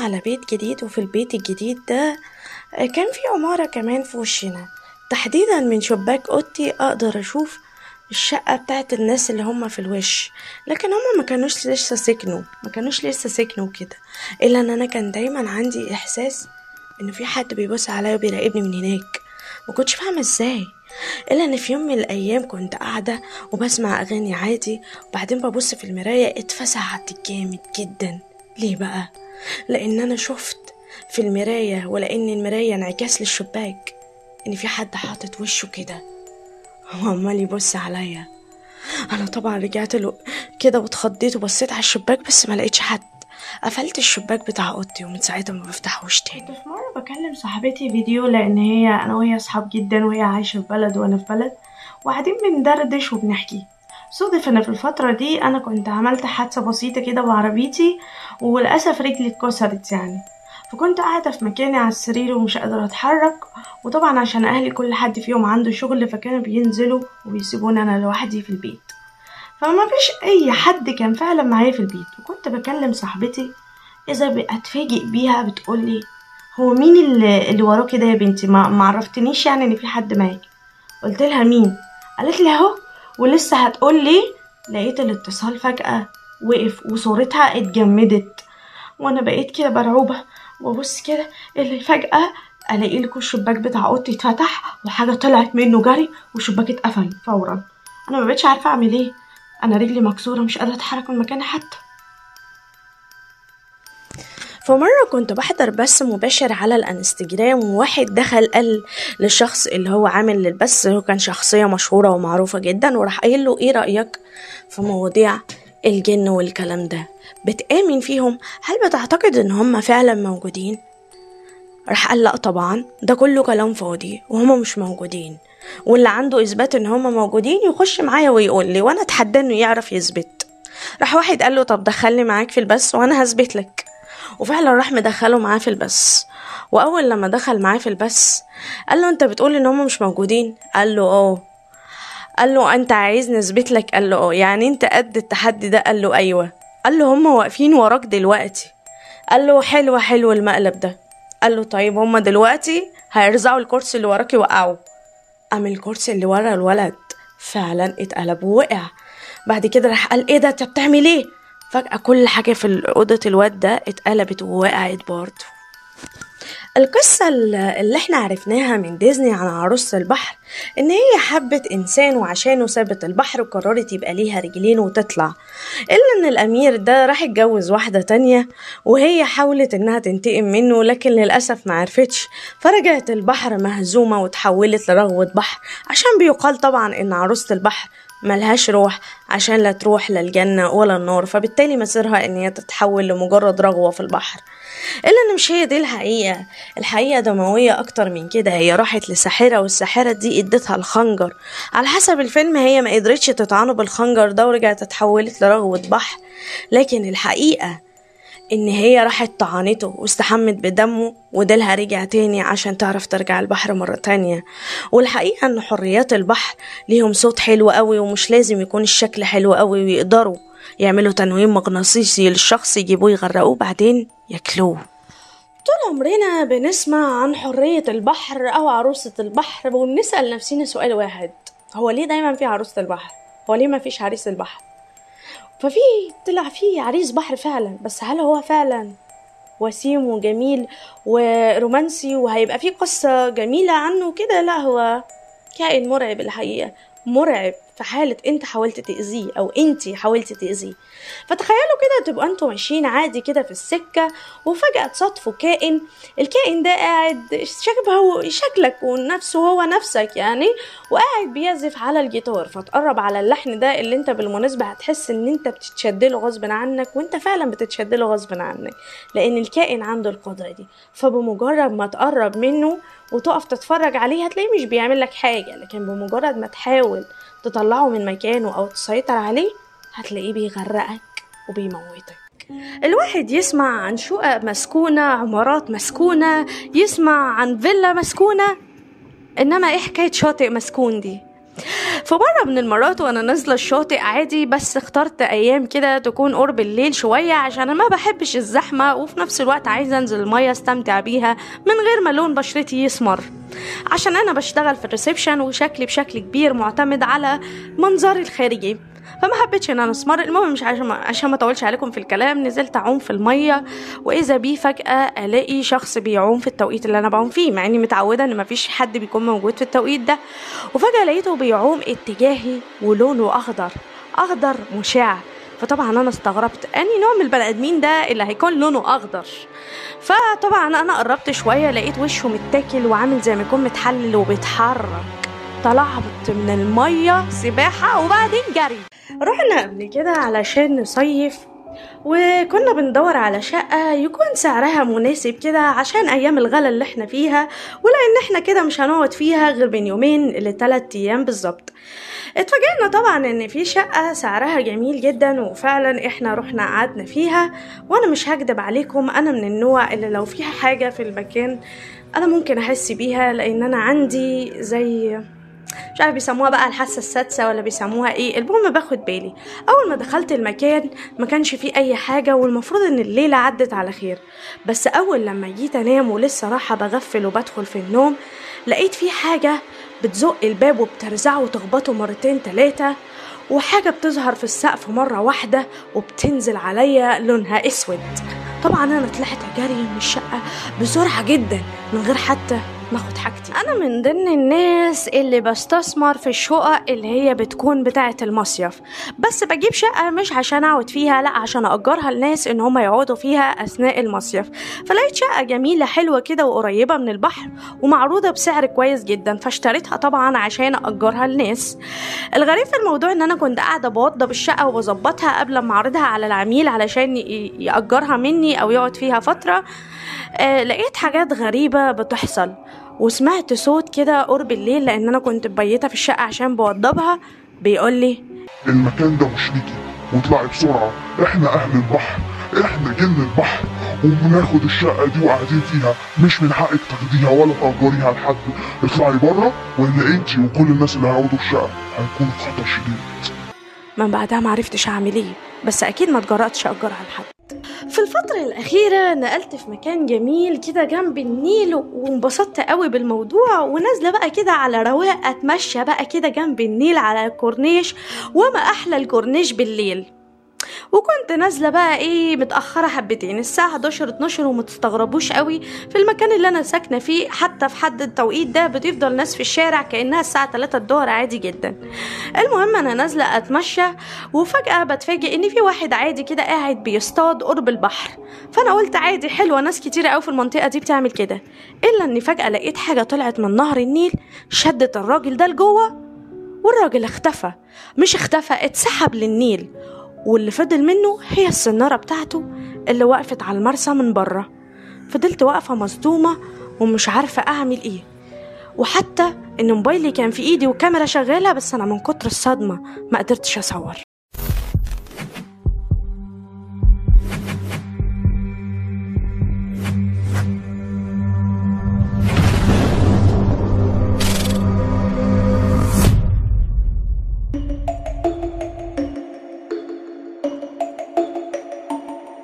على بيت جديد، وفي البيت الجديد ده كان في عمارة كمان في وشنا، تحديدا من شباك اوضتي اقدر اشوف الشقة بتاعت الناس اللي هم في الوش، لكن هم ما كانوش لسه سكنوا كده. الا ان انا كان دايما عندي احساس ان في حد بيبص عليا وبيراقبني من هناك، ما كنتش فاهمة ازاي. الا ان في يوم من الايام كنت قاعدة وبسمع اغاني عادي، وبعدين ببص في المراية اتفزعت جامد جدا. ليه بقى؟ لان انا شفت في المراية، ولان المراية انعكاس للشباك، ان في حد حاطط وشه كده وعمال يبص عليا. انا طبعا رجعت له كده واتخضيت وبصيت على الشباك، بس ما لقيتش حد. قفلت الشباك بتاع اوضتي ومن ساعتها ما بفتحوش تاني. كنت في مره بكلم صاحبتي فيديو، لان انا وهي اصحاب جدا، وهي عايشه في بلد وانا في بلد، وقاعدين بندردش وبنحكي. صدف ان في الفتره دي انا كنت عملت حادثه بسيطه كده بعربيتي، وللاسف رجلي اتكسرت يعني. فكنت قاعده في مكاني على السرير ومش قادره اتحرك، وطبعا عشان اهلي كل حد فيهم عنده شغل، فكانوا بينزلوا وبيسيبوني انا لوحدي في البيت، فما فيش اي حد كان فعلا معايا في البيت. وكنت بكلم صاحبتي، اذا اتفاجئ بيها بتقولي هو مين اللي وراه كده يا بنتي؟ ما عرفتنيش يعني ان في حد معاك. قلت لها مين؟ قالت لي اهو. ولسه هتقول لي لقيت الاتصال فجأة وقف وصورتها اتجمدت، وانا بقيت كده مرعوبة وبص كده اللي فجأة الاقي لكم الشباك بتاع اوضتي اتفتح وحاجة طلعت منه جري والشباك اتقفل فورا. انا ما بقتش عارفة اعمل ايه، انا رجلي مكسورة مش قادرة اتحرك من مكاني حتى. فمرة كنت بحضر بث مباشر على الانستجرام، وواحد دخل قال للشخص اللي هو عامل للبث، هو كان شخصية مشهورة ومعروفة جدا، وراح قايل له ايه رأيك في مواضيع الجن والكلام ده؟ بتآمن فيهم؟ هل بتعتقد ان هم فعلا موجودين؟ راح قال لا طبعا، ده كله كلام فاضي وهم مش موجودين، واللي عنده اثبات ان هم موجودين يخش معايا ويقول لي وانا اتحدى انه يعرف يثبت. راح واحد قال له طب دخلني معاك في البث وانا هثبت لك، وفعلا راح مدخله معاه في البث. واول لما دخل معاه في البث قال له انت بتقول ان هم مش موجودين؟ قال له اه. قال له انت عايز نثبت لك؟ قال له اه. يعني انت قد التحدي ده؟ قال له ايوه. قال له هم واقفين وراك دلوقتي. قال له حلو المقلب ده. قال له طيب هم دلوقتي هيرزعوا الكرسي اللي وراك يوقعوا. قام الكرسي اللي ورا الولد فعلا اتقلب ووقع. بعد كده راح قال ايه ده انت بتعمل ايه؟ فجأة كل حاجة في أوضة الواد ده اتقلبت ووقعت برضه. القصة اللي احنا عرفناها من ديزني عن عروسة البحر ان هي حبت انسان وعشانه سابت البحر وقررت يبقى ليها رجلين وتطلع، الا ان الامير ده راح يتجوز واحدة تانية وهي حاولت انها تنتقم منه، لكن للأسف ما عرفتش، فرجعت البحر مهزومة وتحولت لرغوة بحر، عشان بيقال طبعا ان عروسة البحر ملهاش روح عشان لا تروح للجنة ولا النار، فبالتالي مصيرها ان هي تتحول لمجرد رغوة في البحر. الا ان مش هي دي الحقيقة دموية اكتر من كده. هي راحت لساحرة، والساحرة دي ادتها الخنجر. على حسب الفيلم هي ما قدرتش تطعنه بالخنجر ده ورجعت اتحولت لرغوة بحر، لكن الحقيقة ان هي راحت طعنته واستحمت بدمه وديلها رجع تاني عشان تعرف ترجع البحر مرة تانية. والحقيقة ان حريات البحر ليهم صوت حلو قوي، ومش لازم يكون الشكل حلو قوي، ويقدروا يعملوا تنويم مغناطيسي للشخص يجيبوه يغرقوه بعدين ياكلوه. طول عمرنا بنسمع عن حرية البحر او عروسة البحر، وبنسأل نفسنا سؤال واحد: هو ليه دايما في عروسة البحر؟ هو ليه ما فيش عريس البحر؟ طلع فيه عريس بحر فعلا، بس هل هو فعلا وسيم وجميل ورومانسي وهيبقى فيه قصة جميلة عنه كده؟ لا، هو كائن مرعب الحقيقة، مرعب في حالة انت حاولت تأذيه او انتي حاولت تأذيه. فتخيلوا كده تبقى انتوا ماشيين عادي كده في السكة، وفجأة تصادفوا الكائن ده قاعد شبهه شكلك ونفسه هو نفسك يعني، وقاعد بيعزف على الجيتار. فتقرب على اللحن ده اللي انت بالمناسبة هتحس ان انت بتتشدله غصب عنك، وانت فعلا بتتشدله غصب عنك، لان الكائن عنده القدرة دي. فبمجرد ما تقرب منه وتقف تتفرج عليه هتلاقيه مش بيعمل لك حاجة، لكن بمجرد ما تحاول تطلعه من مكانه او تسيطر عليه هتلاقيه بيغرقك وبيموتك. الواحد يسمع عن شقق مسكونة، عمارات مسكونة، يسمع عن فيلا مسكونة، انما ايه حكاية شاطئ مسكون دي؟ في مرة من المرات وانا نازلة الشاطئ عادي، بس اخترت ايام كده تكون قرب الليل شوية عشان انا ما بحبش الزحمة، وفي نفس الوقت عايزة انزل المية استمتع بيها من غير ما لون بشرتي يسمر، عشان انا بشتغل في الريسبشن وشكلي بشكل كبير معتمد على منظري الخارجي، فما حبيتش ان انا اسمر. المهم مش عشان ما اطولش عليكم في الكلام، نزلت اعوم في الميه، واذا بي فجاه الاقي شخص بيعوم في التوقيت اللي انا بعوم فيه، مع اني متعوده ان مفيش حد بيكون موجود في التوقيت ده، وفجاه لقيته بيعوم اتجاهي ولونه اخضر مشع. فطبعا انا استغربت اني نوع من البني ادمين ده اللي هيكون لونه اخضر. فطبعا انا قربت شويه لقيت وشه متاكل وعامل زي ما يكون متحلل وبيتحرك. طلعت من الميه سباحه وبعدين جري. رحنا قبل كده علشان نصيف، وكنا بندور على شقة يكون سعرها مناسب كده عشان أيام الغلا اللي احنا فيها، ولأن احنا كده مش هنقعد فيها غير بين 2 ل3 أيام بالظبط. اتفاجئنا طبعا ان في شقة سعرها جميل جدا، وفعلا احنا رحنا قعدنا فيها. وانا مش هكدب عليكم، انا من النوع اللي لو فيها حاجة في المكان انا ممكن احس بيها، لان انا عندي زي مش عارف بيسموها بقى الحاسة السادسة ولا بيسموها ايه، المهم باخد بالي. اول ما دخلت المكان ما كانش فيه اي حاجة، والمفروض ان الليلة عدت على خير، بس اول لما جيت انام ولسه راحة بغفل وبدخل في النوم، لقيت فيه حاجة بتزق الباب وبترزعه وتخبطه 2-3، وحاجة بتظهر في السقف مرة واحدة وبتنزل عليا لونها اسود. طبعا انا طلعت جري من الشقة بسرعة جدا من غير حتى ماخد حاجتي. انا من ضمن الناس اللي بستثمر في الشقق اللي هي بتكون بتاعة المصيف، بس بجيب شقة مش عشان اقعد فيها، لا عشان اجرها للناس ان هم يقعدوا فيها اثناء المصيف. فلقيت شقة جميلة حلوة كده وقريبة من البحر ومعروضة بسعر كويس جدا، فاشتريتها طبعا عشان اجرها للناس. الغريب في الموضوع ان انا كنت قاعدة بوضب الشقة وبظبطها قبل ما اعرضها على العميل علشان يأجرها مني او يقعد فيها فترة. لقيت حاجات غريبة بتحصل، وسمعت صوت كده قرب الليل، لان انا كنت مبيته في الشقه عشان بوضبها، بيقول لي المكان ده مش ليكي واطلعي بسرعه، احنا اهل البحر، احنا جن البحر وبناخد الشقه دي وقاعدين فيها، مش من حقك تاخديها ولا تأجريها لحد. اطلعي بره والا انتي وكل الناس اللي هيقعدوا الشقه هيكونوا في خطر شديد. من بعدها معرفتش اعمل ايه، بس اكيد ما اتجرأتش اجرها لحد. في الفترة الأخيرة نقلت في مكان جميل كده جنب النيل، وانبسطت قوي بالموضوع، ونازلة بقى كده على رواق أتمشى بقى كده جنب النيل على الكورنيش، وما أحلى الكورنيش بالليل. وكنت نازله بقى ايه متاخره حبتين، الساعه 11-12، وما تستغربوش قوي في المكان اللي انا ساكنه فيه حتى في حد التوقيت ده بتفضل ناس في الشارع كانها الساعه 3 الظهر عادي جدا. المهم انا نازله اتمشى، وفجاه بتفاجئ ان في واحد عادي كده قاعد بيصطاد قرب البحر. فانا قلت عادي حلوه، ناس كتيره قوي في المنطقه دي بتعمل كده، الا اني فجاه لقيت حاجه طلعت من نهر النيل شدت الراجل ده لجوه، والراجل اختفى. مش اختفى، اتسحب للنيل، واللي فضل منه هي السنارة بتاعته اللي وقفت على المرسى من بره. فضلت واقفة مصدومة ومش عارفة أعمل إيه، وحتى إن موبايلي كان في إيدي والكاميرا شغالة، بس أنا من كتر الصدمة ما قدرتش أصور.